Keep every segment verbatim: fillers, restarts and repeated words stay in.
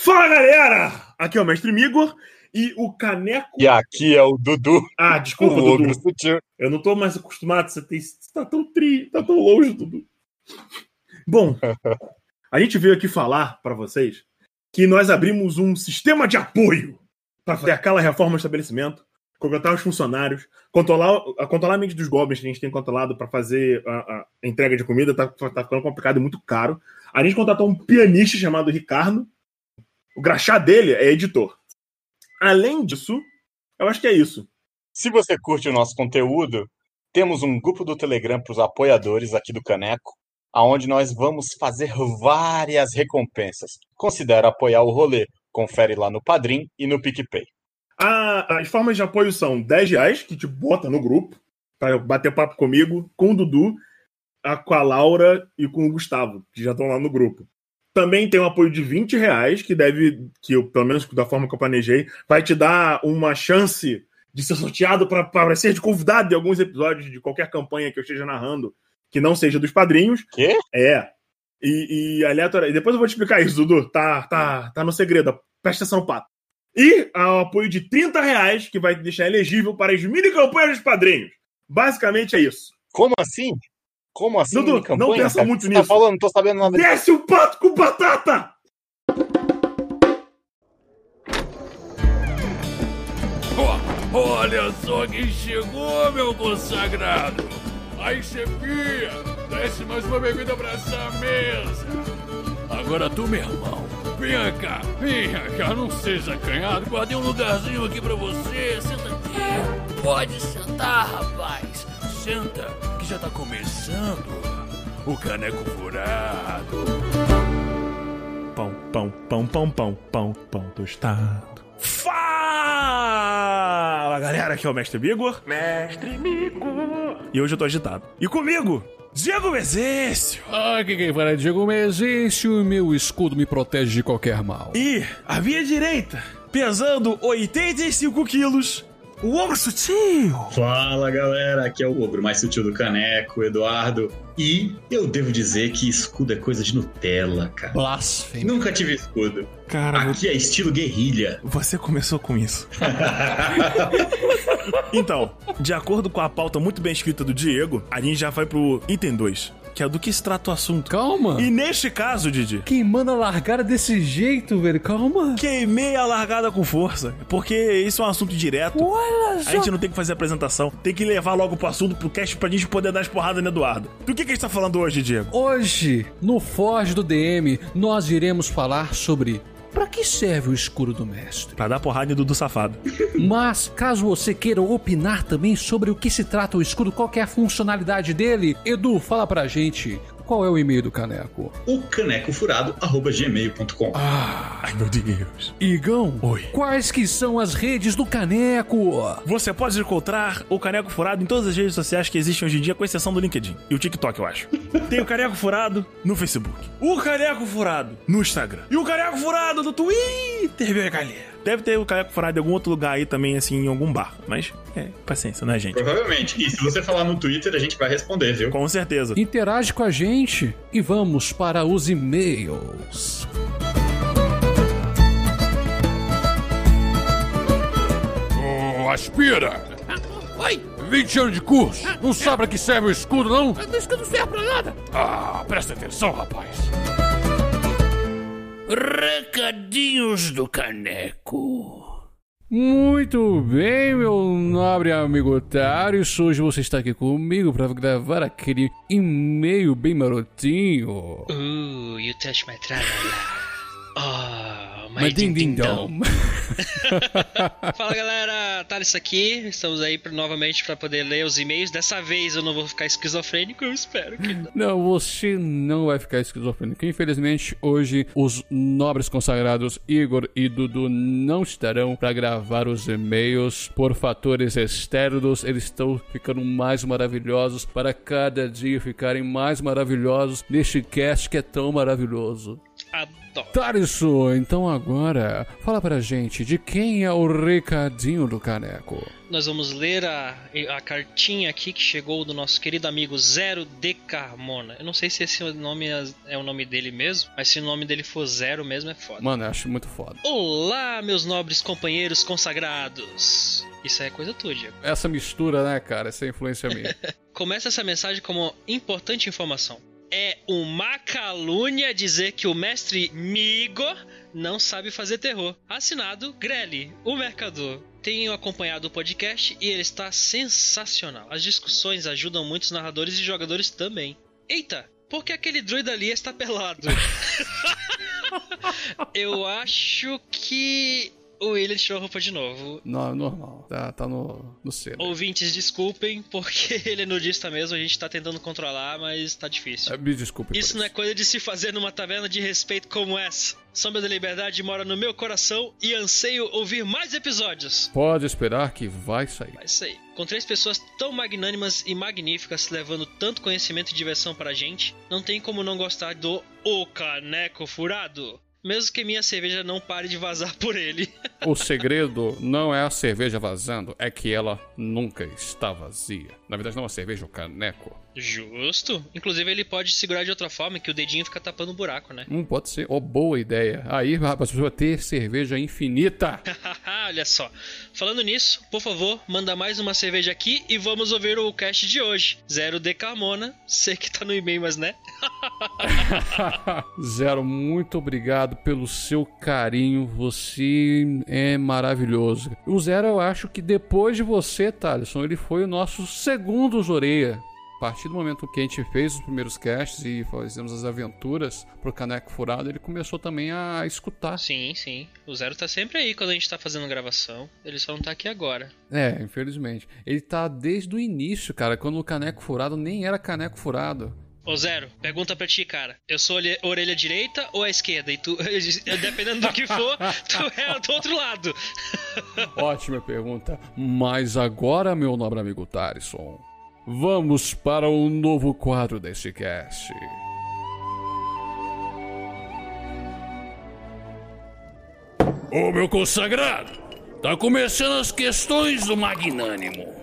Fala, galera! Aqui é o Mestre Migor e o Caneco... E aqui é o Dudu. Ah, desculpa, o Dudu. Sutil. Eu não tô mais acostumado, você, tem... você tá tão tri, tá tão longe, Dudu. Bom, a gente veio aqui falar pra vocês que nós abrimos um sistema de apoio para fazer aquela reforma do estabelecimento, contratar os funcionários, controlar, controlar a mente dos goblins que a gente tem controlado para fazer a, a entrega de comida, tá, tá ficando complicado e muito caro. A gente contratou um pianista chamado Ricardo. O crachá dele é editor. Além disso, eu acho que é isso. Se você curte o nosso conteúdo, temos um grupo do Telegram para os apoiadores aqui do Caneco, onde nós vamos fazer várias recompensas. Considera apoiar o rolê. Confere lá no Padrim e no PicPay. Ah, as formas de apoio são dez reais, que te bota no grupo, para bater papo comigo, com o Dudu, a, com a Laura e com o Gustavo, que já estão lá no grupo. Também tem um apoio de vinte reais, que deve, que eu, pelo menos da forma que eu planejei, vai te dar uma chance de ser sorteado para ser de convidado de alguns episódios de qualquer campanha que eu esteja narrando, que não seja dos padrinhos. Quê? É. E, e aleatório. E depois eu vou te explicar isso, Dudu. Tá, tá, tá no segredo. Presta atenção, pato. E o apoio de trinta reais, que vai te deixar elegível para as mini campanhas dos padrinhos. Basicamente é isso. Como assim? Como assim? Dudu, não pensa muito Você nisso. Tá falando, não tô sabendo nada. Desce o pato com batata! Oh, olha só quem chegou, meu consagrado. Aí, chefia, desce mais uma bebida pra essa mesa. Agora tu, meu irmão, venha cá, venha cá, não seja acanhado. Guardei um lugarzinho aqui pra você. Senta aqui. Pode sentar, rapaz. Senta, que já tá começando o Caneco Furado. Pão, pão, pão, pão, pão, pão, pão tostado. Fala, galera, aqui é o Mestre Migor. Mestre Migor. E hoje eu tô agitado. E comigo, Diego Mesêcio. Aqui quem fala é Diego Mesêcio e meu escudo me protege de qualquer mal. E a minha direita, pesando oitenta e cinco quilos, o Ogro Sutil. Fala, galera, aqui é o Ogro mais sutil do Caneco, Eduardo. E eu devo dizer que escudo é coisa de Nutella, cara. Blasfêmia. Nunca tive escudo. Cara, aqui é estilo guerrilha. Você começou com isso. Então, de acordo com a pauta muito bem escrita do Diego, a gente já vai pro item dois, que é do que se trata o assunto. Calma. E neste caso, Didi, Queimando a largada desse jeito, velho, calma. queimei a largada com força, porque isso é um assunto direto. Olha só. A gente não tem que fazer apresentação, tem que levar logo pro assunto, pro cast, pra gente poder dar as porradas no Eduardo. Do que, que a gente tá falando hoje, Diego? Hoje, no Forge do D M, nós iremos falar sobre pra que serve o escudo do mestre. Pra dar porrada em Dudu safado. Mas, caso você queira opinar também sobre o que se trata o escudo, qual que é a funcionalidade dele, Edu, fala pra gente, qual é o e-mail do Caneco? O canecofurado arroba gmail ponto com. Ah, Ai, meu Deus. Igão, Oi. quais que são as redes do Caneco? Você pode encontrar o Caneco Furado em todas as redes sociais que existem hoje em dia, com exceção do LinkedIn e o TikTok, eu acho. Tem o Caneco Furado no Facebook, o Caneco Furado no Instagram e o Caneco Furado no Twitter, meu galera. Deve ter o Caneco Furado em algum outro lugar aí também, assim, em algum bar. Mas, é, paciência, né, gente? Provavelmente. E se você falar no Twitter, a gente vai responder, viu? Com certeza. Interage com a gente e vamos para os e-mails. Oh, aspira! Oi! vinte anos de curso! Não sabe pra que serve o escudo, não? O escudo não serve pra nada! Ah, presta atenção, rapaz! Recadinhos do Caneco. Muito bem, meu nobre amigo Otários. Hoje você está aqui comigo para gravar aquele e-mail bem marotinho. Ooh, you touch my tralala. Oh, my Mas ding ding ding-dong. dong. Fala, galera, Thales aqui. Estamos aí pra, novamente para poder ler os e-mails. Dessa vez eu não vou ficar esquizofrênico, eu espero que não. Não, você não vai ficar esquizofrênico. Infelizmente, hoje os nobres consagrados Igor e Dudu não estarão para gravar os e-mails por fatores externos. Eles estão ficando mais maravilhosos para cada dia ficarem mais maravilhosos neste cast que é tão maravilhoso. Adoro. Tarisson, então agora, fala pra gente de quem é o recadinho do Caneco. Nós vamos ler a, a cartinha aqui que chegou do nosso querido amigo Zero de Carmona. Eu não sei se esse nome é, é o nome dele mesmo, mas se o nome dele for Zero mesmo é foda. Mano, eu acho muito foda. Olá, meus nobres companheiros consagrados. Isso é coisa tua, Diego. Essa mistura, né, cara? Essa influência minha. Começa essa mensagem como importante informação. É uma calúnia dizer que o mestre Migo não sabe fazer terror. Assinado Grelly, o mercador. Tenho acompanhado o podcast e ele está sensacional. As discussões ajudam muitos narradores e jogadores também. Eita, por que aquele druida ali está pelado? Eu acho que o William tirou a roupa de novo. Não, normal. Tá, tá no, no cedo. Ouvintes, desculpem, porque ele é nudista mesmo. A gente tá tentando controlar, mas tá difícil. É, me desculpe. Isso não é coisa de se fazer numa taverna de respeito como essa. Sombra da Liberdade mora no meu coração e anseio ouvir mais episódios. Pode esperar que vai sair. Vai sair. Com três pessoas tão magnânimas e magníficas levando tanto conhecimento e diversão pra gente, não tem como não gostar do O Caneco Furado. Mesmo que minha cerveja não pare de vazar por ele. O segredo não é a cerveja vazando, é que ela nunca está vazia. Na verdade não é a cerveja, é o caneco. Justo. Inclusive ele pode segurar de outra forma, que o dedinho fica tapando o buraco, né? Hum, pode ser. Oh, boa ideia. Aí, rapaz, você vai ter cerveja infinita. Olha só. Falando nisso, por favor, manda mais uma cerveja aqui e vamos ouvir o cast de hoje. Zero de Carmona. Sei que tá no e-mail, mas né? Zero, muito obrigado pelo seu carinho. Você é maravilhoso. O Zero, eu acho que depois de você, Thaleson, ele foi o nosso segundo Zoreia. A partir do momento que a gente fez os primeiros casts e fizemos as aventuras pro Caneco Furado, ele começou também a escutar. Sim, sim. O Zero tá sempre aí quando a gente tá fazendo gravação. Ele só não tá aqui agora. É, infelizmente. Ele tá desde o início, cara, quando o Caneco Furado nem era Caneco Furado. Ô Zero, pergunta pra ti, cara. Eu sou a orelha direita ou a esquerda? E tu, dependendo do que for, tu é do outro lado. Ótima pergunta. Mas agora, meu nobre amigo Tarisson, vamos para um novo quadro desse cast. Ô meu consagrado, tá começando as questões do magnânimo.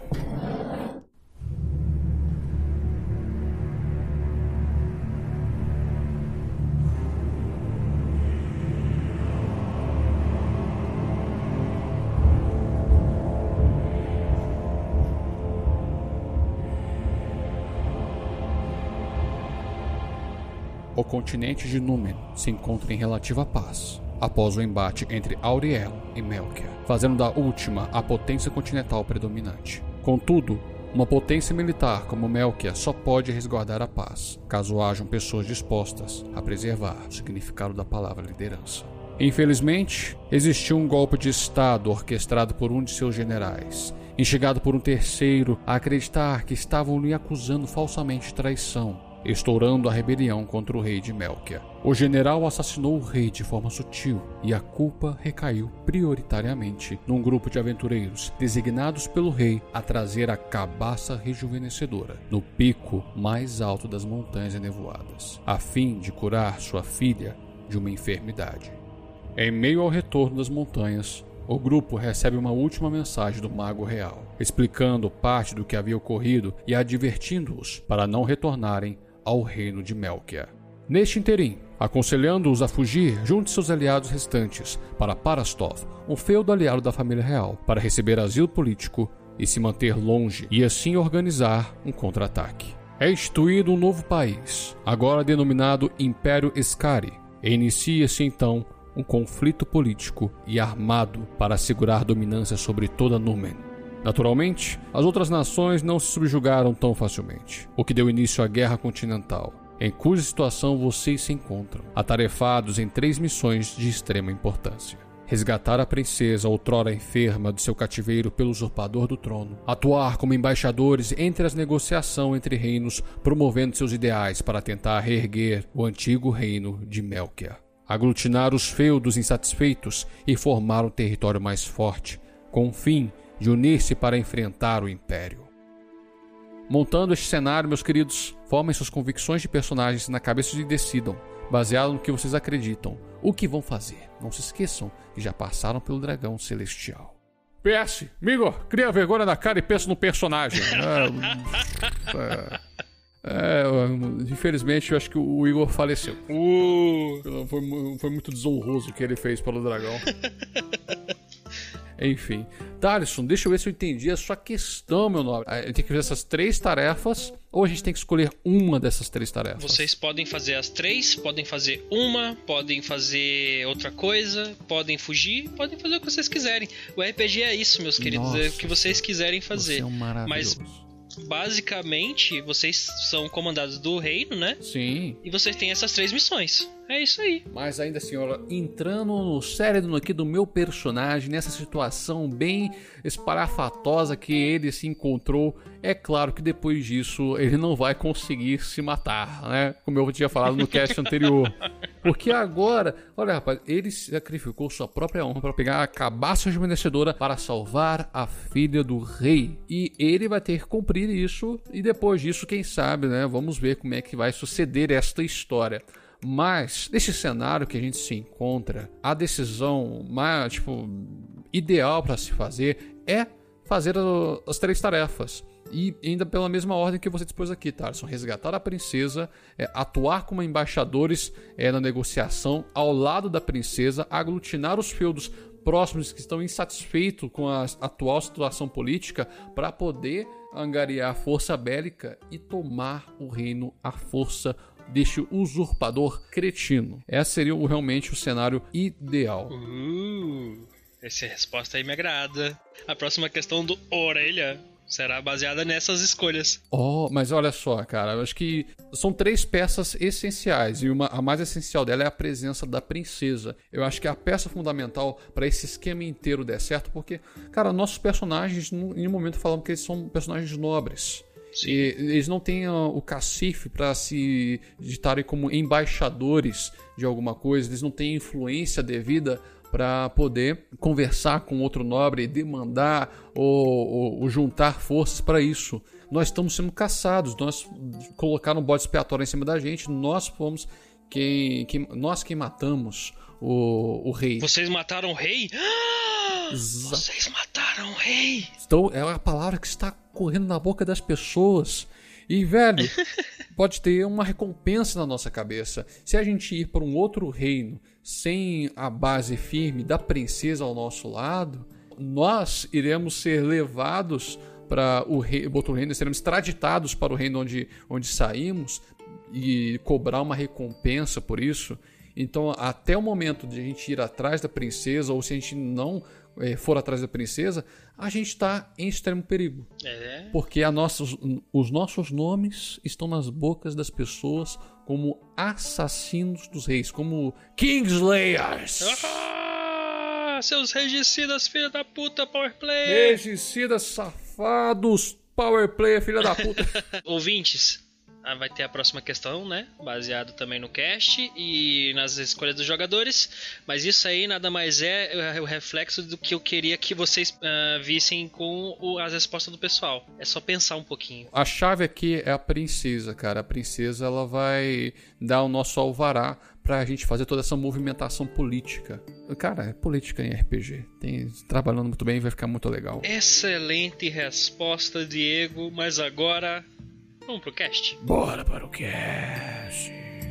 O continente de Númen se encontra em relativa paz, após o embate entre Auriel e Melkia, fazendo da última a potência continental predominante. Contudo, uma potência militar como Melkia só pode resguardar a paz, caso hajam pessoas dispostas a preservar o significado da palavra liderança. Infelizmente, existiu um golpe de estado orquestrado por um de seus generais, instigado por um terceiro a acreditar que estavam lhe acusando falsamente de traição, estourando a rebelião contra o rei de Melkia. O general assassinou o rei de forma sutil e a culpa recaiu prioritariamente num grupo de aventureiros designados pelo rei a trazer a cabaça rejuvenescedora no pico mais alto das montanhas enevoadas, a fim de curar sua filha de uma enfermidade. Em meio ao retorno das montanhas, o grupo recebe uma última mensagem do Mago Real, explicando parte do que havia ocorrido e advertindo-os para não retornarem ao reino de Melkia. Neste interim, aconselhando-os a fugir junto de seus aliados restantes para Parastoth, um feudo aliado da família real, para receber asilo político e se manter longe e assim organizar um contra-ataque. É instituído um novo país, agora denominado Império Escari, e inicia-se então um conflito político e armado para assegurar dominância sobre toda Númen. Naturalmente, as outras nações não se subjugaram tão facilmente, o que deu início à Guerra Continental, em cuja situação vocês se encontram, atarefados em três missões de extrema importância. Resgatar a princesa outrora enferma de seu cativeiro pelo usurpador do trono, atuar como embaixadores entre as negociações entre reinos, promovendo seus ideais para tentar reerguer o antigo reino de Melkia, aglutinar os feudos insatisfeitos e formar um território mais forte, com o fim de unir-se para enfrentar o Império. Montando este cenário, meus queridos, formem suas convicções de personagens na cabeça e decidam, baseado no que vocês acreditam, o que vão fazer. Não se esqueçam que já passaram pelo dragão celestial. P S, Migo, cria vergonha na cara e pensa no personagem. é, é, é, infelizmente, eu acho que o Igor faleceu. Uh. Foi, foi muito desonroso o que ele fez pelo dragão. Enfim. Thaleson, deixa eu ver se eu entendi a sua questão, meu nobre. A gente tem que fazer essas três tarefas ou a gente tem que escolher uma dessas três tarefas? Vocês podem fazer as três, podem fazer uma, podem fazer outra coisa, podem fugir, podem fazer o que vocês quiserem. O R P G é isso, meus queridos, Nossa, é o que vocês quiserem fazer. Você é um maravilhoso. Mas basicamente, vocês são comandados do reino, né? Sim. E vocês têm essas três missões. É isso aí. Mas ainda assim, olha, entrando no cérebro aqui do meu personagem, nessa situação bem esparafatosa que ele se encontrou, é claro que depois disso ele não vai conseguir se matar, né? Como eu tinha falado no cast anterior. Porque agora, olha rapaz, ele sacrificou sua própria honra para pegar a cabaça rejuvenescedora para salvar a filha do rei. E ele vai ter que cumprir isso, e depois disso, quem sabe, né? Vamos ver como é que vai suceder esta história. Mas, nesse cenário que a gente se encontra, a decisão mais, tipo, ideal para se fazer é fazer a, as três tarefas. E ainda pela mesma ordem que você dispôs aqui, tá? São resgatar a princesa, é, atuar como embaixadores é, na negociação ao lado da princesa, aglutinar os feudos próximos que estão insatisfeitos com a atual situação política para poder angariar força bélica e tomar o reino à força deste usurpador cretino. Esse seria o, realmente o cenário ideal. Uh, essa resposta aí me agrada. A próxima questão do Orelha será baseada nessas escolhas. Oh, mas olha só, cara, eu acho que são três peças essenciais e uma, a mais essencial dela é a presença da princesa. Eu acho que é a peça fundamental para esse esquema inteiro der certo, porque, cara, nossos personagens, em nenhum momento falamos que eles são personagens nobres. E eles não têm o cacife para se digitarem como embaixadores de alguma coisa, eles não têm influência devida para poder conversar com outro nobre e demandar ou, ou, ou juntar forças para isso. Nós estamos sendo caçados, nós colocaram um bode expiatório em cima da gente, nós fomos quem, quem, nós quem matamos o, o rei. Vocês mataram o rei? Exa- Vocês mataram o rei! Então, é a palavra que está correndo na boca das pessoas. E, velho, pode ter uma recompensa na nossa cabeça. Se a gente ir para um outro reino sem a base firme da princesa ao nosso lado, nós iremos ser levados para o rei, outro reino, seremos extraditados para o reino onde, onde saímos e cobrar uma recompensa por isso. Então, até o momento de a gente ir atrás da princesa, ou se a gente não é, for atrás da princesa, a gente está em extremo perigo. É. Porque a nossos, os nossos nomes estão nas bocas das pessoas como assassinos dos reis, como Kingslayers. Ah, seus regicidas, filha da puta, powerplay! Regicidas, safados, powerplay, filha da puta. Ouvintes, vai ter a próxima questão, né? Baseado também no cast e nas escolhas dos jogadores. Mas isso aí nada mais é o reflexo do que eu queria que vocês uh, vissem com o, as respostas do pessoal. É só pensar um pouquinho. A chave aqui é a princesa, cara. A princesa, ela vai dar o nosso alvará pra gente fazer toda essa movimentação política. Cara, é política em R P G. Tem, trabalhando muito bem, vai ficar muito legal. Excelente resposta, Diego. Mas agora... vamos pro cast? Bora para o cast.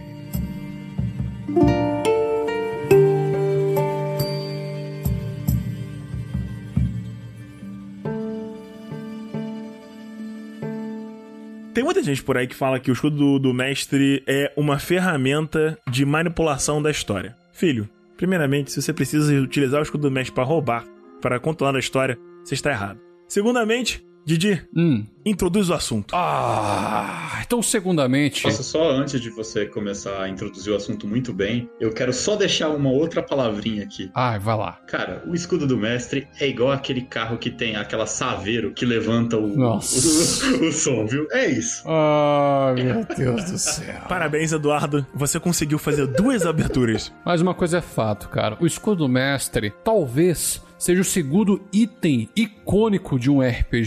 Tem muita gente por aí que fala que o escudo do, do mestre é uma ferramenta de manipulação da história. Filho, primeiramente, se você precisa utilizar o escudo do mestre para roubar, para controlar a história, você está errado. Segundamente, Didi, hum. introduz o assunto. Ah, então segundamente... Posso só, antes de você começar a introduzir o assunto muito bem, eu quero só deixar uma outra palavrinha aqui. Ai, vai lá. Cara, o escudo do mestre é igual aquele carro que tem aquela saveiro que levanta o, o, o, o som, viu? É isso. Ai, meu Deus do céu. Parabéns, Eduardo. Você conseguiu fazer duas aberturas. Mas uma coisa é fato, cara. O escudo do mestre, talvez... seja o segundo item icônico de um R P G.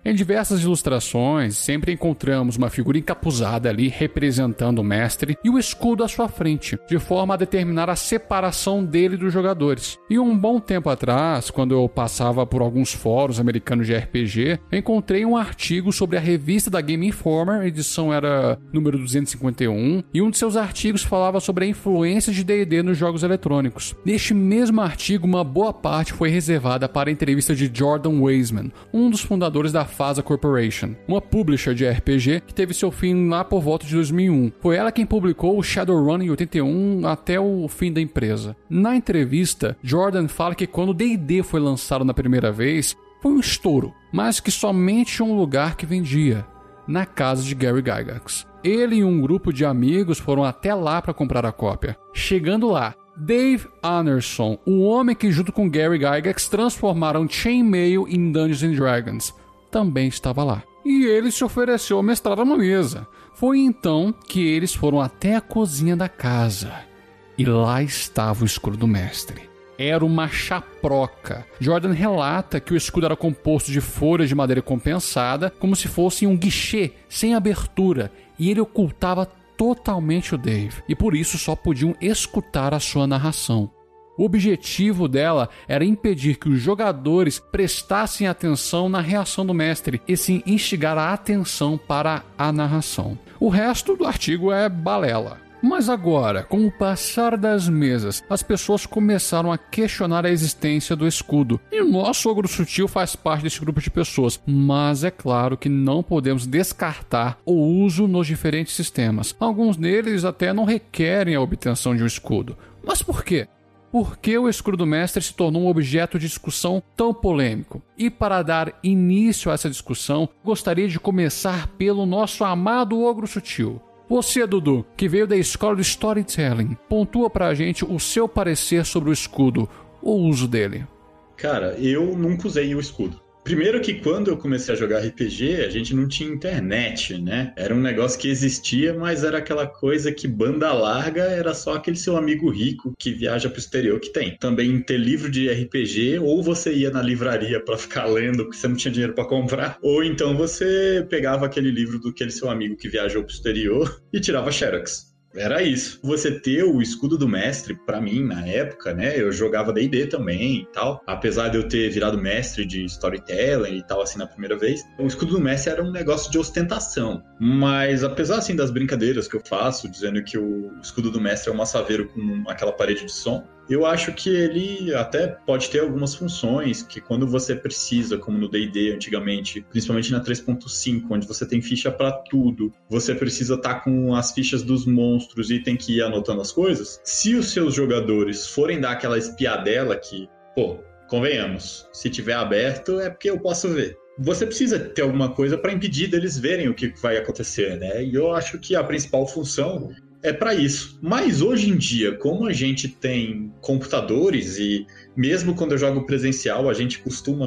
Em diversas ilustrações, sempre encontramos uma figura encapuzada ali representando o mestre e o escudo à sua frente, de forma a determinar a separação dele dos jogadores. E um bom tempo atrás, quando eu passava por alguns fóruns americanos de R P G, encontrei um artigo sobre a revista da Game Informer, a edição era número duzentos e cinquenta e um, e um de seus artigos falava sobre a influência de D e D nos jogos eletrônicos. Neste mesmo artigo, uma boa parte foi reservada para a entrevista de Jordan Weisman, um dos fundadores da Fasa Corporation, uma publisher de R P G que teve seu fim lá por volta de dois mil e um. Foi ela quem publicou o Shadowrun em oitenta e um até o fim da empresa. Na entrevista, Jordan fala que quando o D e D foi lançado na primeira vez, foi um estouro, mas que somente um lugar que vendia, na casa de Gary Gygax. Ele e um grupo de amigos foram até lá para comprar a cópia. Chegando lá, Dave Anderson, o homem que junto com Gary Gygax transformaram Chainmail em Dungeons and Dragons, também estava lá. E ele se ofereceu a mestrar uma mesa. Foi então que eles foram até a cozinha da casa. E lá estava o escudo do mestre. Era uma chaproca. Jordan relata que o escudo era composto de folhas de madeira compensada, como se fosse um guichê, sem abertura, e ele ocultava totalmente o Dave, e por isso só podiam escutar a sua narração. O objetivo dela era impedir que os jogadores prestassem atenção na reação do mestre, e sim instigar a atenção para a narração. O resto do artigo é balela. Mas agora, com o passar das mesas, as pessoas começaram a questionar a existência do escudo. E o nosso Ogro Sutil faz parte desse grupo de pessoas. Mas é claro que não podemos descartar o uso nos diferentes sistemas. Alguns deles até não requerem a obtenção de um escudo. Mas por quê? Por que o escudo do mestre se tornou um objeto de discussão tão polêmico? E para dar início a essa discussão, gostaria de começar pelo nosso amado Ogro Sutil. Você, Dudu, que veio da escola de Storytelling, pontua pra gente o seu parecer sobre o escudo, o uso dele. Cara, eu nunca usei o escudo. Primeiro que quando eu comecei a jogar R P G, a gente não tinha internet, né? Era um negócio que existia, mas era aquela coisa que banda larga era só aquele seu amigo rico que viaja pro exterior que tem. Também ter livro de R P G, ou você ia na livraria pra ficar lendo porque você não tinha dinheiro pra comprar, ou então você pegava aquele livro do aquele seu amigo que viajou pro exterior e tirava xerox. Era isso. Você ter o escudo do mestre, pra mim, na época, né? Eu jogava D e D também e tal. Apesar de eu ter virado mestre de storytelling e tal, assim, na primeira vez. O escudo do mestre era um negócio de ostentação. Mas, apesar, assim, das brincadeiras que eu faço, dizendo que o escudo do mestre é um massaveiro com aquela parede de som, eu acho que ele até pode ter algumas funções que quando você precisa, como no D e D antigamente, principalmente na três ponto cinco, onde você tem ficha pra tudo, você precisa estar com as fichas dos monstros e tem que ir anotando as coisas. Se os seus jogadores forem dar aquela espiadela que, pô, convenhamos, se tiver aberto é porque eu posso ver. Você precisa ter alguma coisa para impedir deles verem o que vai acontecer, né? E eu acho que a principal função é para isso. Mas hoje em dia, como a gente tem computadores e mesmo quando eu jogo presencial, a gente costuma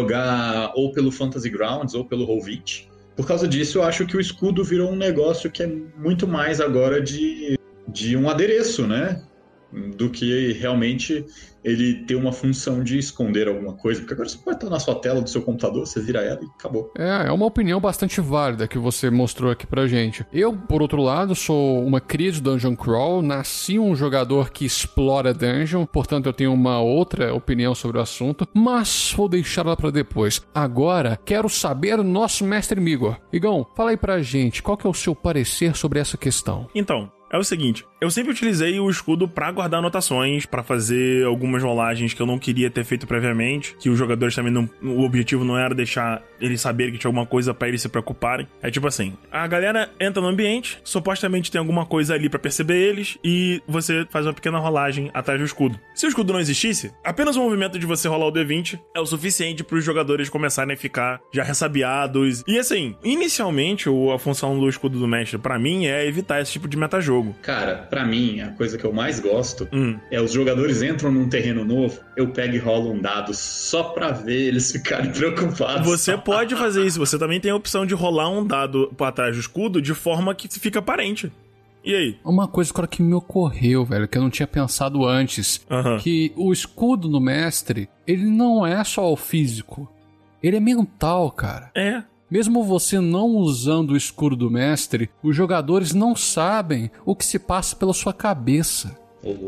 jogar ou pelo Fantasy Grounds ou pelo Roll vinte. Por causa disso, eu acho que o escudo virou um negócio que é muito mais agora de, de um adereço, né? Do que realmente ele ter uma função de esconder alguma coisa, porque agora você pode estar na sua tela do seu computador, você vira ela e acabou. É, é uma opinião bastante válida que você mostrou aqui pra gente. Eu, por outro lado, sou uma cria de Dungeon Crawl, nasci um jogador que explora dungeon, portanto eu tenho uma outra opinião sobre o assunto, mas vou deixar ela pra depois. Agora, quero saber do nosso mestre Migor. Igão, fala aí pra gente, qual que é o seu parecer sobre essa questão? Então, é o seguinte, eu sempre utilizei o escudo pra guardar anotações, pra fazer algumas rolagens que eu não queria ter feito previamente, que os jogadores também não... O objetivo não era deixar eles saberem que tinha alguma coisa pra eles se preocuparem. É tipo assim, a galera entra no ambiente, supostamente tem alguma coisa ali pra perceber eles, e você faz uma pequena rolagem atrás do escudo. Se o escudo não existisse, apenas o movimento de você rolar o D vinte é o suficiente pros jogadores começarem a ficar já ressabiados. E assim, inicialmente a função do escudo do mestre pra mim é evitar esse tipo de metajogo. Cara, pra mim, a coisa que eu mais gosto hum. é os jogadores entram num terreno novo, eu pego e rolo um dado só pra ver eles ficarem preocupados. Você pode fazer isso, você também tem a opção de rolar um dado pra trás do escudo de forma que fica aparente. E aí? Uma coisa agora que me ocorreu, velho, que eu não tinha pensado antes, uhum. que o escudo do mestre, ele não é só o físico. ele é mental, cara. É. Mesmo você não usando o escudo do mestre, os jogadores não sabem o que se passa pela sua cabeça.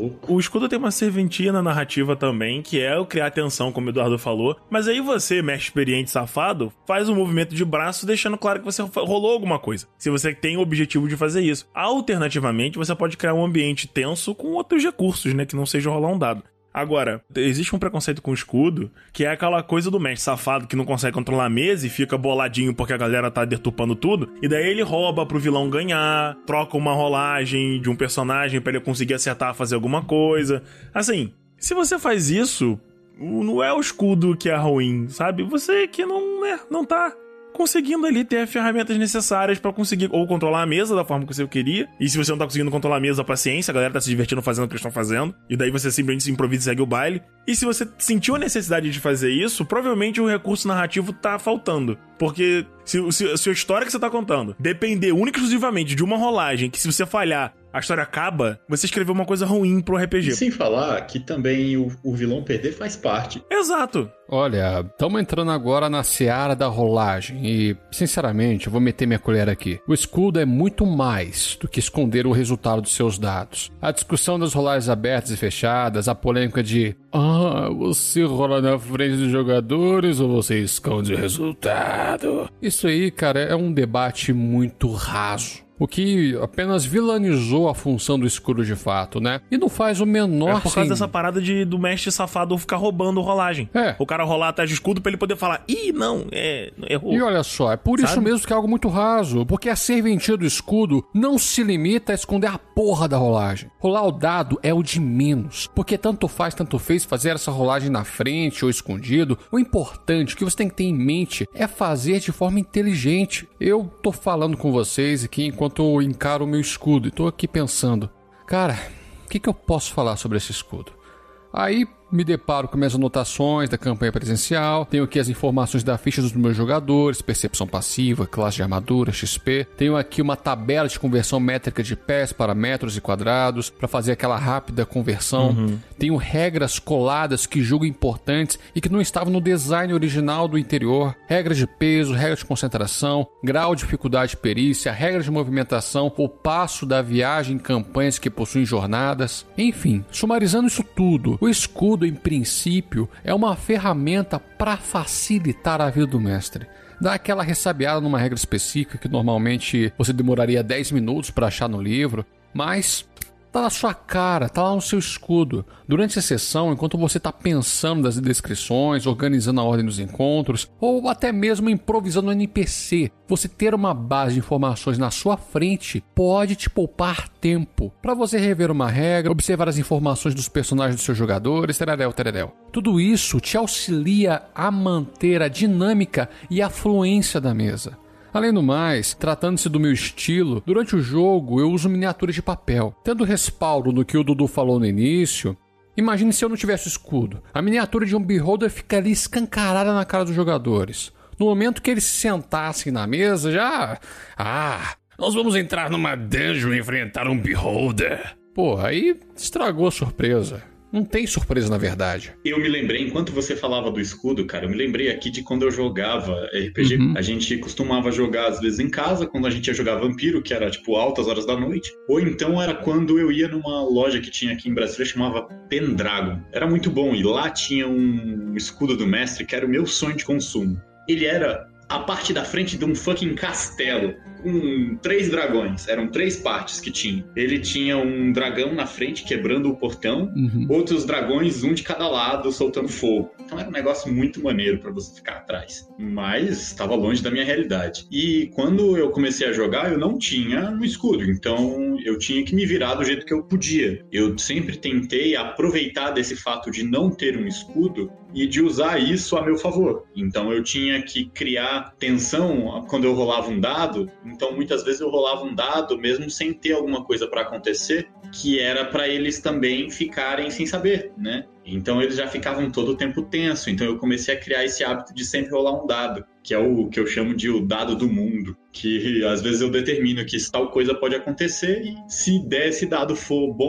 O escudo tem uma serventia na narrativa também, que é o criar tensão, como o Eduardo falou. Mas aí você, mestre experiente safado, faz um movimento de braço deixando claro que você rolou alguma coisa, se você tem o objetivo de fazer isso. Alternativamente, você pode criar um ambiente tenso com outros recursos, né, que não seja rolar um dado. Agora, existe um preconceito com o escudo, que é aquela coisa do mestre safado que não consegue controlar a mesa e fica boladinho porque a galera tá deturpando tudo, e daí ele rouba pro vilão ganhar, troca uma rolagem de um personagem pra ele conseguir acertar, fazer alguma coisa. Assim, se você faz isso, não é o escudo que é ruim, sabe? Você que não, né, não tá conseguindo ali ter as ferramentas necessárias pra conseguir ou controlar a mesa da forma que você queria. E se você não tá conseguindo controlar a mesa, paciência, a galera tá se divertindo fazendo o que eles estão fazendo. E daí você simplesmente se improvisa e segue o baile. E se você sentiu a necessidade de fazer isso, provavelmente o recurso narrativo tá faltando. Porque se, se, se a história que você tá contando depender única e exclusivamente de uma rolagem, que se você falhar, a história acaba, você escreveu uma coisa ruim pro R P G. E sem falar que também o, o vilão perder faz parte. Exato. Olha, estamos entrando agora na seara da rolagem e, sinceramente, eu vou meter minha colher aqui. O escudo é muito mais do que esconder o resultado dos seus dados. A discussão das rolagens abertas e fechadas, a polêmica de ah, você rola na frente dos jogadores ou você esconde o resultado? Isso aí, cara, é um debate muito raso. O que apenas vilanizou a função do escudo de fato, né? E não faz o menor É por causa dessa parada de, do mestre safado ficar roubando rolagem. É. O cara rolar atrás de escudo pra ele poder falar, ih, não, é, errou. E olha só, é por Sabe? isso mesmo que é algo muito raso, porque a serventia do escudo não se limita a esconder a porra da rolagem. Rolar o dado é o de menos, porque tanto faz, tanto fez fazer essa rolagem na frente ou escondido. O importante, o que você tem que ter em mente, é fazer de forma inteligente. Eu tô falando com vocês aqui enquanto eu encaro o meu escudo e tô aqui pensando, cara, o que, que eu posso falar sobre esse escudo? Aí me deparo com minhas anotações da campanha presencial, tenho aqui as informações da ficha dos meus jogadores, percepção passiva, classe de armadura, X P. Tenho aqui uma tabela de conversão métrica de pés para metros e quadrados, para fazer aquela rápida conversão. Uhum. Tenho regras coladas que julgo importantes e que não estavam no design original do interior. Regras de peso, regras de concentração, grau de dificuldade de perícia, regras de movimentação, o passo da viagem em campanhas que possuem jornadas. Enfim, sumarizando isso tudo, o escudo em princípio, é uma ferramenta para facilitar a vida do mestre. Dá aquela ressabiada numa regra específica que normalmente você demoraria dez minutos para achar no livro, mas tá na sua cara, tá lá no seu escudo. Durante a sessão, enquanto você tá pensando nas descrições, organizando a ordem dos encontros, ou até mesmo improvisando um N P C, você ter uma base de informações na sua frente pode te poupar tempo para você rever uma regra, observar as informações dos personagens dos seus jogadores, tereréu, tereréu. Tudo isso te auxilia a manter a dinâmica e a fluência da mesa. Além do mais, tratando-se do meu estilo, durante o jogo eu uso miniaturas de papel. Tendo respaldo no que o Dudu falou no início, imagine se eu não tivesse escudo. A miniatura de um beholder ficaria escancarada na cara dos jogadores. No momento que eles se sentassem na mesa, já... Ah, nós vamos entrar numa dungeon e enfrentar um beholder. Pô, aí estragou a surpresa. Não tem surpresa, na verdade. Eu me lembrei, enquanto você falava do escudo, cara, eu me lembrei aqui de quando eu jogava R P G. Uhum. A gente costumava jogar, às vezes, em casa, quando a gente ia jogar Vampiro, que era, tipo, altas horas da noite. Ou então era quando eu ia numa loja que tinha aqui em Brasília, chamava Pendragon. Era muito bom, e lá tinha um escudo do mestre que era o meu sonho de consumo. Ele era a parte da frente de um fucking castelo, com três dragões. Eram três partes que tinha. Ele tinha um dragão na frente, quebrando o portão, uhum. Outros dragões, um de cada lado, soltando fogo. Então era um negócio muito maneiro pra você ficar atrás. Mas estava longe da minha realidade. E quando eu comecei a jogar, eu não tinha um escudo. Então eu tinha que me virar do jeito que eu podia. Eu sempre tentei aproveitar desse fato de não ter um escudo e de usar isso a meu favor. Então eu tinha que criar tensão quando eu rolava um dado. Então muitas vezes eu rolava um dado mesmo sem ter alguma coisa para acontecer, que era para eles também ficarem sem saber, né? Então eles já ficavam todo o tempo tenso. Então eu comecei a criar esse hábito de sempre rolar um dado, que é o que eu chamo de o dado do mundo, que às vezes eu determino que tal coisa pode acontecer e se der esse dado for bom,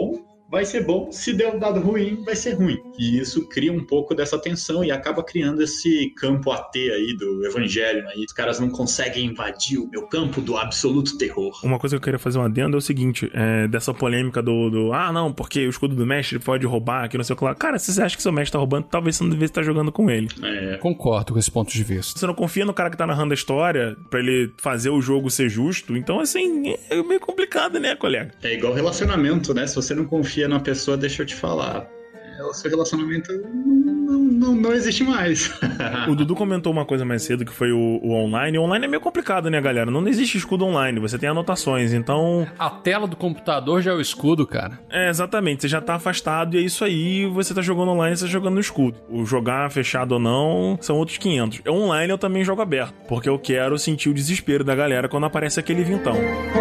vai ser bom. Se der um dado ruim, vai ser ruim. E isso cria um pouco dessa tensão e acaba criando esse campo A T aí do evangelho. Aí os caras não conseguem invadir o meu campo do absoluto terror. Uma coisa que eu queria fazer um adendo é o seguinte, é, dessa polêmica do, do ah, não, porque o escudo do mestre pode roubar, que não sei o que lá. Cara, se você acha que seu mestre tá roubando, talvez você não devesse estar jogando com ele. É. Concordo com esse ponto de vista. Você não confia no cara que tá narrando a história pra ele fazer o jogo ser justo, então assim, é meio complicado, né, colega? É igual relacionamento, né? Se você não confia na pessoa, deixa eu te falar. O seu relacionamento não, não, não existe mais. O Dudu comentou uma coisa mais cedo, que foi o, o online. O online é meio complicado, né, galera? Não existe escudo online, você tem anotações, então... A tela do computador já é o escudo, cara. É, exatamente. Você já tá afastado e é isso aí, você tá jogando online, você tá jogando no escudo. O jogar fechado ou não, são outros quinhentos. Online eu também jogo aberto, porque eu quero sentir o desespero da galera quando aparece aquele vintão.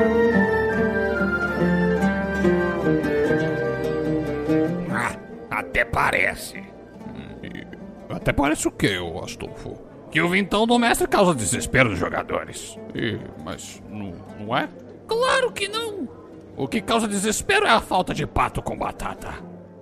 Até parece. Até parece o quê, Astolfo? Que o vintão do mestre causa desespero nos jogadores. E, mas não, não é? Claro que não! O que causa desespero é a falta de pato com batata.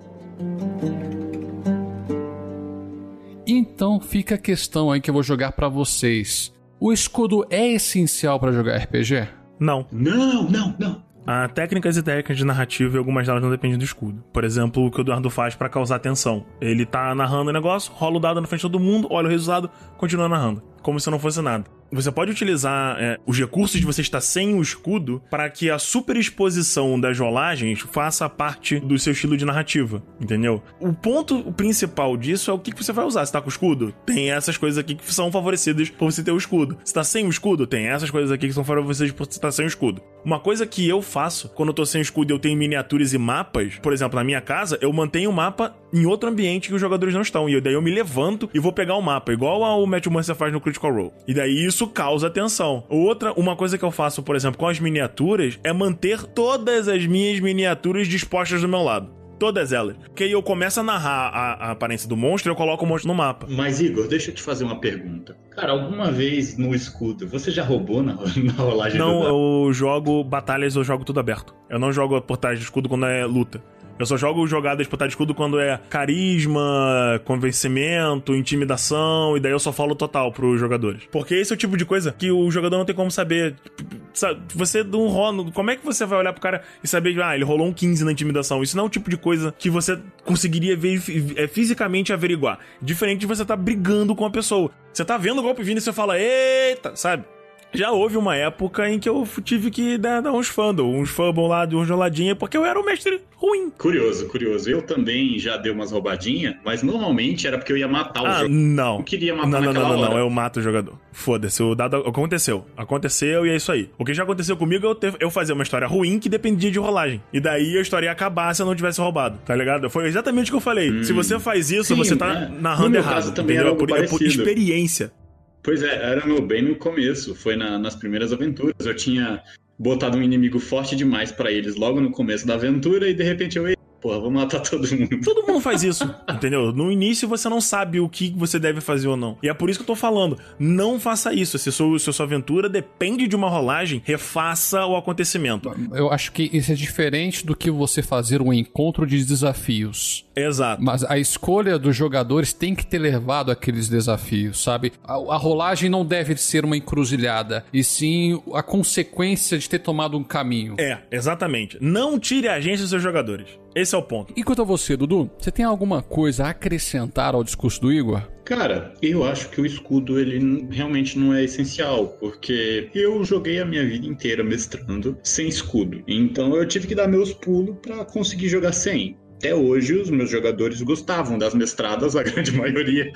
Então fica a questão aí que eu vou jogar pra vocês. O escudo é essencial pra jogar R P G? Não. Não, não, não. Há técnicas e técnicas de narrativa e algumas delas não dependem do escudo. Por exemplo, o que o Eduardo faz pra causar tensão. Ele tá narrando o negócio, rola o dado na frente de todo mundo, olha o resultado, continua narrando. Como se não fosse nada. Você pode utilizar é, os recursos de você estar sem o escudo para que a superexposição das rolagens faça parte do seu estilo de narrativa, entendeu? O ponto principal disso é o que você vai usar. Você tá com o escudo? Tem essas coisas aqui que são favorecidas por você ter o escudo. Você tá sem o escudo? Tem essas coisas aqui que são favorecidas por você estar sem o escudo. Uma coisa que eu faço quando eu tô sem o escudo e eu tenho miniaturas e mapas, por exemplo, na minha casa, eu mantenho o mapa em outro ambiente que os jogadores não estão. E daí eu me levanto e vou pegar o mapa, igual o Matthew Mercer faz no Critical Role. E daí isso causa tensão. Outra, uma coisa que eu faço, por exemplo, com as miniaturas, é manter todas as minhas miniaturas dispostas do meu lado. Todas elas. Porque aí eu começo a narrar a, a aparência do monstro e eu coloco o monstro no mapa. Mas, Igor, deixa eu te fazer uma pergunta. Cara, alguma vez no escudo, você já roubou na, na rolagem não, do dado? Não, eu jogo batalhas, eu jogo tudo aberto. Eu não jogo por trás de escudo quando é luta. Eu só jogo jogadas por trás de escudo quando é carisma, convencimento, intimidação, e daí eu só falo total pros jogadores. Porque esse é o tipo de coisa que o jogador não tem como saber. Sabe, você não rola. Como é que você vai olhar pro cara e saber, ah, ele rolou um quinze na intimidação? Isso não é o tipo de coisa que você conseguiria ver, é, fisicamente averiguar. Diferente de você estar tá brigando com a pessoa. Você tá vendo o golpe vindo e você fala, eita, sabe? Já houve uma época em que eu tive que dar, dar uns fandom, uns fumble lá de uns roladinha, porque eu era um mestre ruim. Curioso, curioso. Eu também já dei umas roubadinhas, mas normalmente era porque eu ia matar o ah, jogador. Não. Eu queria matar não, não, naquela não, não, hora. não, eu mato o jogador. Foda-se, o dado aconteceu. Aconteceu e é isso aí. O que já aconteceu comigo é eu, ter, eu fazer uma história ruim que dependia de rolagem. E daí a história ia acabar se eu não tivesse roubado, tá ligado? Foi exatamente o que eu falei. Hum. Se você faz isso, Sim, você tá é. narrando errado. Também era por, por experiência. Pois é, era no, bem no começo, foi na, nas primeiras aventuras. Eu tinha botado um inimigo forte demais pra eles logo no começo da aventura e de repente eu... Porra, vou matar todo mundo. Todo mundo faz isso, entendeu? No início você não sabe o que você deve fazer ou não. E é por isso que eu tô falando. Não faça isso. Se, sua, se a sua aventura depende de uma rolagem, refaça o acontecimento. Eu acho que isso é diferente do que você fazer um encontro de desafios. Exato. Mas a escolha dos jogadores tem que ter levado aqueles desafios, sabe? A, a rolagem não deve ser uma encruzilhada, e sim a consequência de ter tomado um caminho. É, exatamente. Não tire a agência dos seus jogadores. Esse é o ponto. E quanto a você, Dudu, você tem alguma coisa a acrescentar ao discurso do Igor? Cara, eu acho que o escudo, ele realmente não é essencial, porque eu joguei a minha vida inteira mestrando sem escudo. Então eu tive que dar meus pulos pra conseguir jogar sem. Até hoje, os meus jogadores gostavam das mestradas, a grande maioria.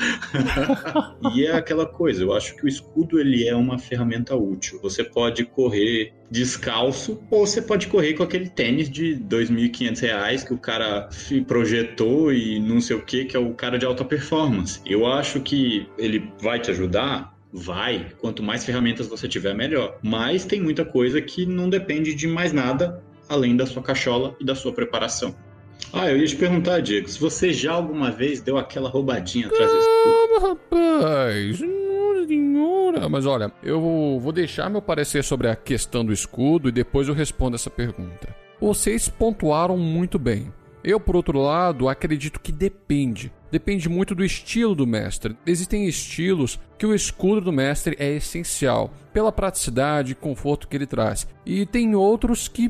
E é aquela coisa, eu acho que o escudo ele é uma ferramenta útil. Você pode correr descalço, ou você pode correr com aquele tênis de dois mil e quinhentos reais que o cara projetou e não sei o que, que é o cara de alta performance. Eu acho que ele vai te ajudar. Vai, quanto mais ferramentas você tiver, melhor. Mas tem muita coisa que não depende de mais nada além da sua cachola e da sua preparação. Ah, eu ia te perguntar, Diego, se você já alguma vez deu aquela roubadinha atrás do escudo. Ah, rapaz, senhora, senhora. Mas olha, eu vou deixar meu parecer sobre a questão do escudo e depois eu respondo essa pergunta. Vocês pontuaram muito bem. Eu, por outro lado, acredito que depende. Depende muito do estilo do mestre. Existem estilos que o escudo do mestre é essencial, pela praticidade e conforto que ele traz. E tem outros que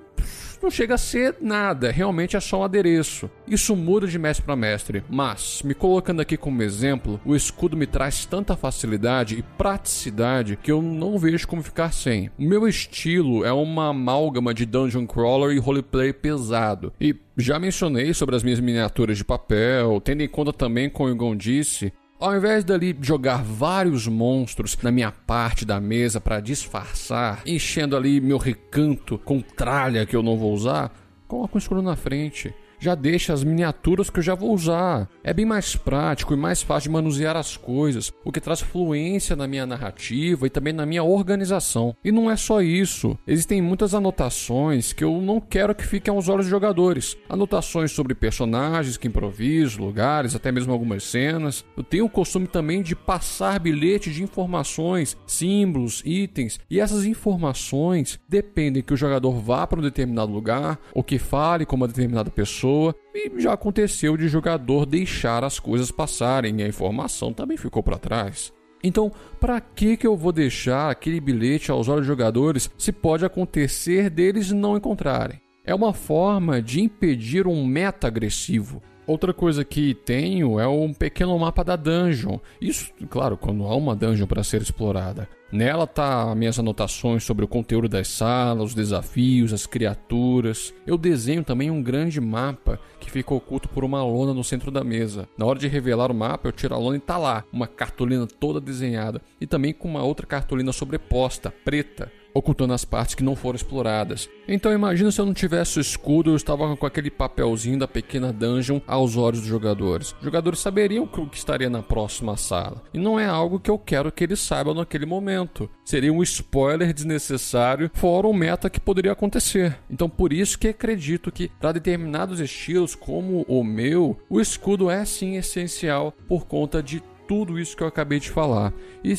não chega a ser nada, realmente é só um adereço. Isso muda de mestre para mestre, mas, me colocando aqui como exemplo, o escudo me traz tanta facilidade e praticidade que eu não vejo como ficar sem. O meu estilo é uma amálgama de dungeon crawler e roleplay pesado. E já mencionei sobre as minhas miniaturas de papel, tendo em conta também, como o Egon disse, ao invés dali jogar vários monstros na minha parte da mesa para disfarçar, enchendo ali meu recanto com tralha que eu não vou usar, coloca um escudo na frente. Já deixa as miniaturas que eu já vou usar. É bem mais prático e mais fácil de manusear as coisas, o que traz fluência na minha narrativa e também na minha organização. E não é só isso. Existem muitas anotações que eu não quero que fiquem aos olhos dos jogadores. Anotações sobre personagens que improviso, lugares, até mesmo algumas cenas. Eu tenho o costume também de passar bilhetes de informações, símbolos, itens. E essas informações dependem que o jogador vá para um determinado lugar ou que fale com uma determinada pessoa. E já aconteceu de jogador deixar as coisas passarem e a informação também ficou para trás. Então, para que que eu vou deixar aquele bilhete aos olhos dos jogadores se pode acontecer deles não encontrarem? É uma forma de impedir um meta agressivo. Outra coisa que tenho é um pequeno mapa da dungeon. Isso, claro, quando há uma dungeon para ser explorada. Nela tá minhas anotações sobre o conteúdo das salas, os desafios, as criaturas. Eu desenho também um grande mapa que fica oculto por uma lona no centro da mesa. Na hora de revelar o mapa, eu tiro a lona e tá lá, uma cartolina toda desenhada. E também com uma outra cartolina sobreposta, preta, ocultando as partes que não foram exploradas. Então imagina se eu não tivesse o escudo, eu estava com aquele papelzinho da pequena dungeon aos olhos dos jogadores. Os jogadores saberiam o que estaria na próxima sala. E não é algo que eu quero que eles saibam naquele momento. Seria um spoiler desnecessário, fora um meta que poderia acontecer. Então por isso que acredito que para determinados estilos como o meu, o escudo é sim essencial por conta de tudo isso que eu acabei de falar. E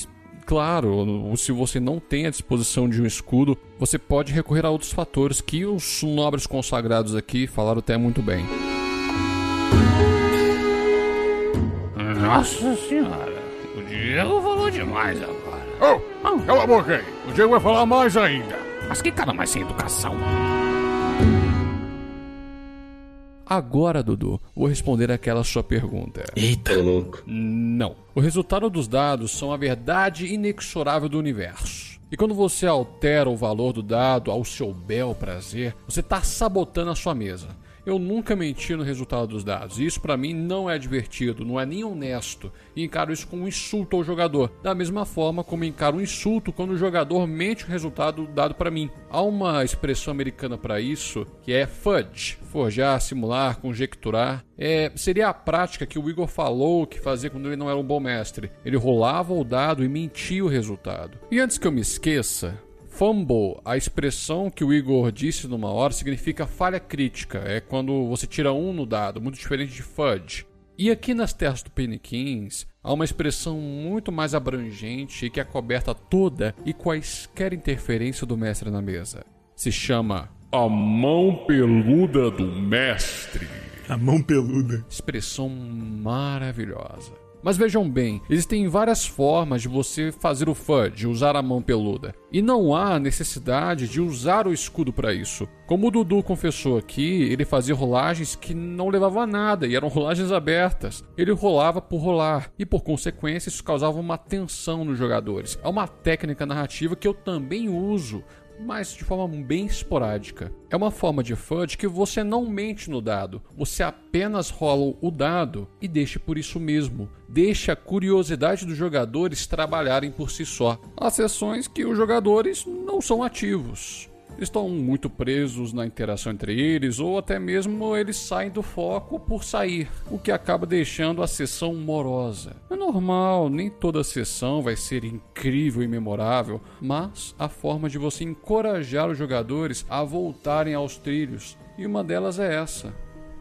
claro, se você não tem a disposição de um escudo, você pode recorrer a outros fatores que os nobres consagrados aqui falaram até muito bem. Nossa senhora, o Diego falou demais agora. Oh, oh, cala a boca aí, o Diego vai falar mais ainda. Mas que cara mais sem educação. Agora, Dudu, vou responder aquela sua pergunta. Eita, louco. Não. O resultado dos dados são a verdade inexorável do universo. E quando você altera o valor do dado ao seu bel prazer, você está sabotando a sua mesa. Eu nunca menti no resultado dos dados, e isso pra mim não é divertido, não é nem honesto, e encaro isso como um insulto ao jogador, da mesma forma como encaro um insulto quando o jogador mente o resultado dado pra mim. Há uma expressão americana pra isso, que é fudge, forjar, simular, conjecturar. É, seria a prática que o Igor falou que fazia quando ele não era um bom mestre. Ele rolava o dado e mentia o resultado. E antes que eu me esqueça, fumble, a expressão que o Igor disse numa hora, significa falha crítica. É quando você tira um no dado, muito diferente de fudge. E aqui nas terras do Peniquins, há uma expressão muito mais abrangente e que acoberta toda e quaisquer interferência do mestre na mesa. Se chama a mão peluda do mestre. A mão peluda. Expressão maravilhosa. Mas vejam bem, existem várias formas de você fazer o fudge, usar a mão peluda. E não há necessidade de usar o escudo para isso. Como o Dudu confessou aqui, ele fazia rolagens que não levavam a nada e eram rolagens abertas. Ele rolava por rolar e, por consequência, isso causava uma tensão nos jogadores. É uma técnica narrativa que eu também uso, mas de forma bem esporádica. É uma forma de fudge que você não mente no dado, você apenas rola o dado e deixa por isso mesmo. Deixa a curiosidade dos jogadores trabalharem por si só. Há sessões que os jogadores não são ativos. Estão muito presos na interação entre eles, ou até mesmo eles saem do foco por sair, o que acaba deixando a sessão morosa. É normal, nem toda sessão vai ser incrível e memorável, mas a forma de você encorajar os jogadores a voltarem aos trilhos, e uma delas é essa.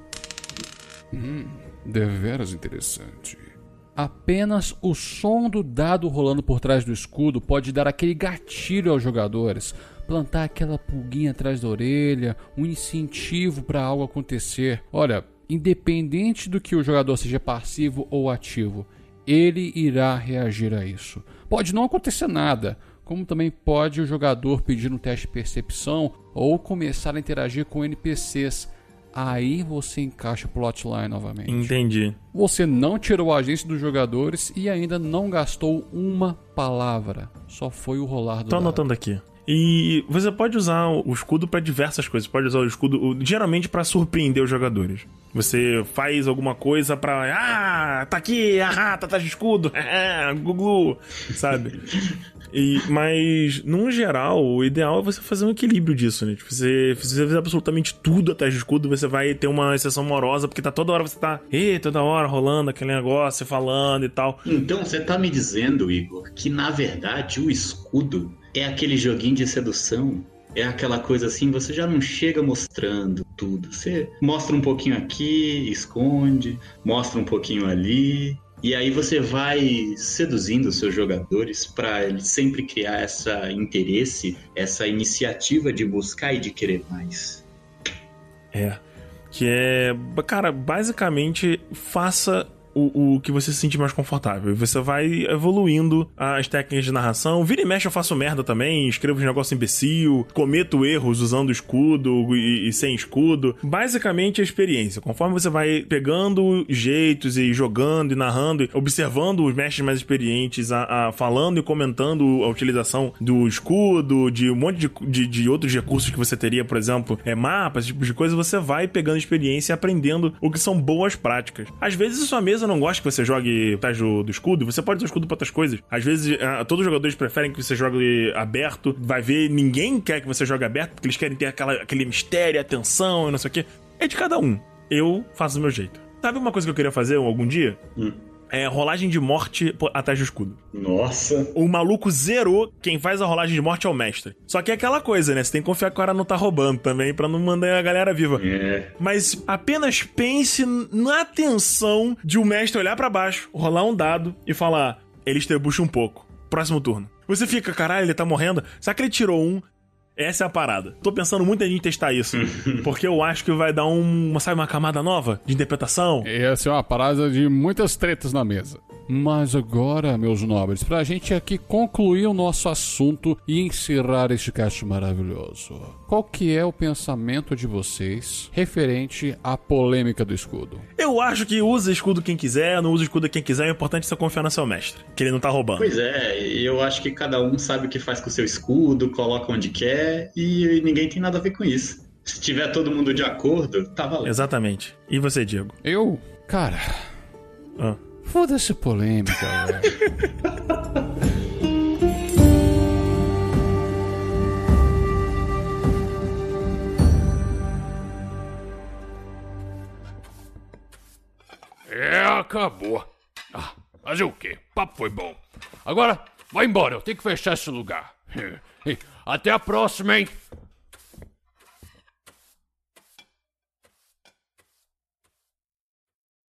Hum, deveras interessante. Apenas o som do dado rolando por trás do escudo pode dar aquele gatilho aos jogadores, plantar aquela pulguinha atrás da orelha, um incentivo para algo acontecer. Olha, independente do que o jogador seja passivo ou ativo, ele irá reagir a isso. Pode não acontecer nada, como também pode o jogador pedir um teste de percepção ou começar a interagir com N P Cs. Aí você encaixa o plotline novamente. Entendi. Você não tirou a agência dos jogadores e ainda não gastou uma palavra. Só foi o rolar do Tô dado. anotando aqui. E você pode usar o escudo para diversas coisas. Você pode usar o escudo geralmente para surpreender os jogadores. Você faz alguma coisa pra... Ah, tá aqui, ah, tá atrás de escudo. Ah, glu, sabe? E, mas, num geral, o ideal é você fazer um equilíbrio disso, né? Tipo, você, se você fizer absolutamente tudo atrás de escudo, você vai ter uma exceção morosa, porque tá toda hora você tá... Ih, toda hora rolando aquele negócio, falando e tal. Então, você tá me dizendo, Igor, que na verdade o escudo é aquele joguinho de sedução? É aquela coisa assim, você já não chega mostrando tudo. Você mostra um pouquinho aqui, esconde, mostra um pouquinho ali... E aí você vai seduzindo os seus jogadores para eles sempre criar esse interesse, essa iniciativa de buscar e de querer mais. É, que é... Cara, basicamente, faça o, o que você se sentir mais confortável. Você vai evoluindo as técnicas de narração. Vira e mexe eu faço merda também, escrevo uns negócios imbecil, cometo erros usando escudo e, e sem escudo. Basicamente a experiência. Conforme você vai pegando jeitos e jogando e narrando, observando os mestres mais experientes, a, a, falando e comentando a utilização do escudo, de um monte de, de, de outros recursos que você teria, por exemplo, é, mapas, esse tipo de coisa, você vai pegando experiência e aprendendo o que são boas práticas. Às vezes a sua mesa não gosta que você jogue atrás do, do escudo, você pode usar o escudo para outras coisas. Às vezes, uh, todos os jogadores preferem que você jogue aberto. Vai ver, ninguém quer que você jogue aberto, porque eles querem ter aquela, aquele mistério, atenção e não sei o que. É de cada um. Eu faço do meu jeito. Sabe uma coisa que eu queria fazer algum dia? Hum. É rolagem de morte atrás do escudo. Nossa. O maluco zerou, quem faz a rolagem de morte é o mestre. Só que é aquela coisa, né? Você tem que confiar que o cara não tá roubando também, pra não mandar a galera viva. É. Mas apenas pense na atenção de o mestre olhar pra baixo, rolar um dado e falar: ele estrebucha um pouco. Próximo turno. Você fica, caralho, ele tá morrendo. Será que ele tirou um? Essa é a parada. Tô pensando muito em testar isso. Porque eu acho que vai dar um, uma, sabe, uma camada nova de interpretação. Essa é uma parada de muitas tretas na mesa. Mas agora, meus nobres, pra gente aqui concluir o nosso assunto e encerrar este cast maravilhoso, qual que é o pensamento de vocês referente à polêmica do escudo? Eu acho que usa escudo quem quiser, não usa escudo quem quiser, o importante é você confiar no seu mestre, que ele não tá roubando. Pois é, eu acho que cada um sabe o que faz com o seu escudo, coloca onde quer e ninguém tem nada a ver com isso. Se tiver todo mundo de acordo, tá valendo. Exatamente. E você, Diego? Eu? Cara... Ah. Foda-se polêmica, velho. É, acabou. Ah, fazer o quê? O papo foi bom. Agora, vai embora, eu tenho que fechar esse lugar. Até a próxima, hein?